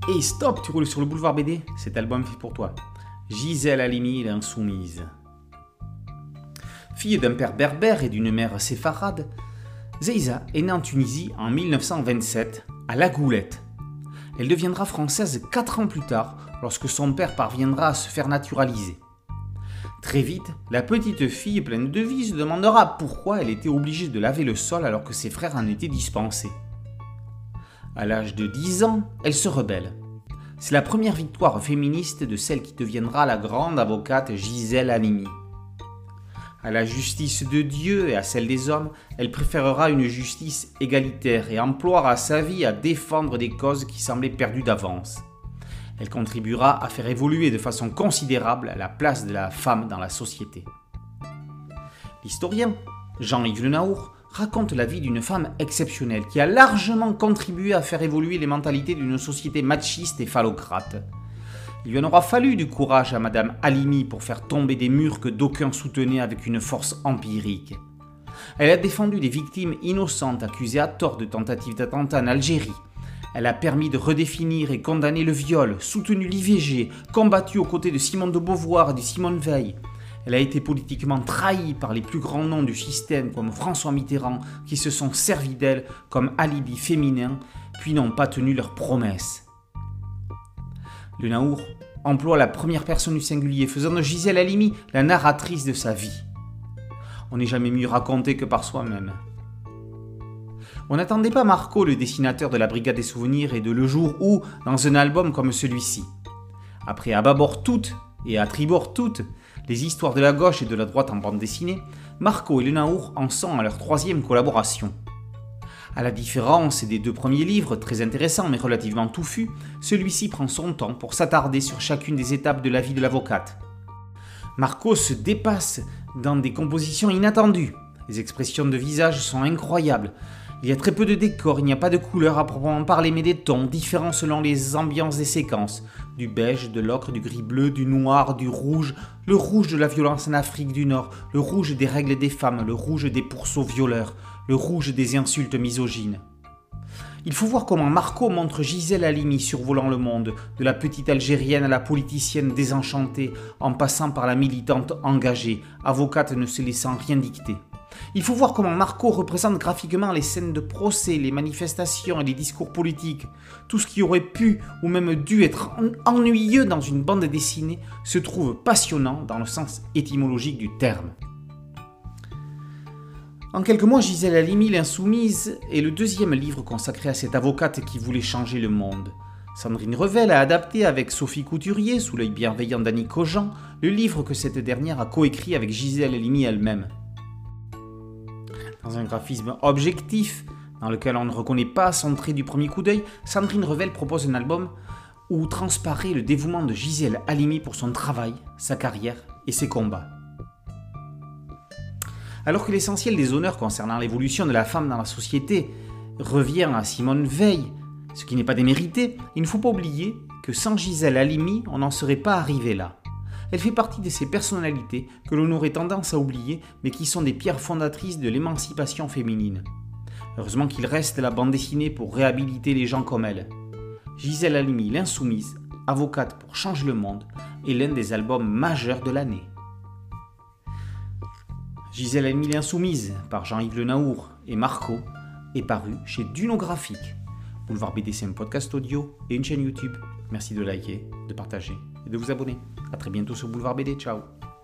Hey stop, tu roules sur le boulevard BD? Cet album fait pour toi. Gisèle Halimi, l'insoumise. Fille d'un père berbère et d'une mère séfarade, Zeiza est née en Tunisie en 1927, à La Goulette. Elle deviendra française 4 ans plus tard, lorsque son père parviendra à se faire naturaliser. Très vite, la petite fille pleine de vie se demandera pourquoi elle était obligée de laver le sol alors que ses frères en étaient dispensés. À l'âge de 10 ans, elle se rebelle. C'est la première victoire féministe de celle qui deviendra la grande avocate Gisèle Halimi. À la justice de Dieu et à celle des hommes, elle préférera une justice égalitaire et emploiera sa vie à défendre des causes qui semblaient perdues d'avance. Elle contribuera à faire évoluer de façon considérable la place de la femme dans la société. L'historien Jean-Yves Le Naour raconte la vie d'une femme exceptionnelle qui a largement contribué à faire évoluer les mentalités d'une société machiste et phallocrate. Il lui en aura fallu du courage à Madame Halimi pour faire tomber des murs que d'aucuns soutenaient avec une force empirique. Elle a défendu des victimes innocentes accusées à tort de tentatives d'attentat en Algérie. Elle a permis de redéfinir et condamner le viol, soutenu l'IVG, combattu aux côtés de Simone de Beauvoir et de Simone Veil. Elle a été politiquement trahie par les plus grands noms du système comme François Mitterrand qui se sont servis d'elle comme alibi féminin puis n'ont pas tenu leurs promesses. Le Naour emploie la première personne du singulier, faisant de Gisèle Halimi la narratrice de sa vie. On n'est jamais mieux raconté que par soi-même. On n'attendait pas Marco, le dessinateur de la Brigade des Souvenirs et de Le Jour où, dans un album comme celui-ci. Après À bâbord toutes et À tribord toutes, les histoires de la gauche et de la droite en bande dessinée, Marco et Le Naour en sont à leur 3e collaboration. À la différence des 2 premiers livres, très intéressants mais relativement touffus, celui-ci prend son temps pour s'attarder sur chacune des étapes de la vie de l'avocate. Marco se dépasse dans des compositions inattendues. Les expressions de visage sont incroyables. Il y a très peu de décors, il n'y a pas de couleurs à proprement parler, mais des tons différents selon les ambiances des séquences. Du beige, de l'ocre, du gris-bleu, du noir, du rouge, le rouge de la violence en Afrique du Nord, le rouge des règles des femmes, le rouge des pourceaux violeurs, le rouge des insultes misogynes. Il faut voir comment Marco montre Gisèle Halimi survolant le monde, de la petite Algérienne à la politicienne désenchantée, en passant par la militante engagée, avocate ne se laissant rien dicter. Il faut voir comment Marco représente graphiquement les scènes de procès, les manifestations et les discours politiques. Tout ce qui aurait pu ou même dû être ennuyeux dans une bande dessinée se trouve passionnant dans le sens étymologique du terme. En quelques mots, Gisèle Halimi, l'insoumise, est le 2e livre consacré à cette avocate qui voulait changer le monde. Sandrine Revel a adapté avec Sophie Couturier, sous l'œil bienveillant d'Annie Cogent, le livre que cette dernière a coécrit avec Gisèle Halimi elle-même. Dans un graphisme objectif, dans lequel on ne reconnaît pas son trait du premier coup d'œil, Sandrine Revel propose un album où transparaît le dévouement de Gisèle Halimi pour son travail, sa carrière et ses combats. Alors que l'essentiel des honneurs concernant l'évolution de la femme dans la société revient à Simone Veil, ce qui n'est pas démérité, il ne faut pas oublier que sans Gisèle Halimi, on n'en serait pas arrivé là. Elle fait partie de ces personnalités que l'on aurait tendance à oublier, mais qui sont des pierres fondatrices de l'émancipation féminine. Heureusement qu'il reste la bande dessinée pour réhabiliter les gens comme elle. Gisèle Halimi, l'insoumise, avocate pour changer le monde, est l'un des albums majeurs de l'année. Gisèle Halimi, l'insoumise, par Jean-Yves Le Naour et Marco, est paru chez Duno Graphique. Boulevard BD, c'est un podcast audio et une chaîne YouTube. Merci de liker, de partager et de vous abonner. A très bientôt sur Boulevard BD. Ciao.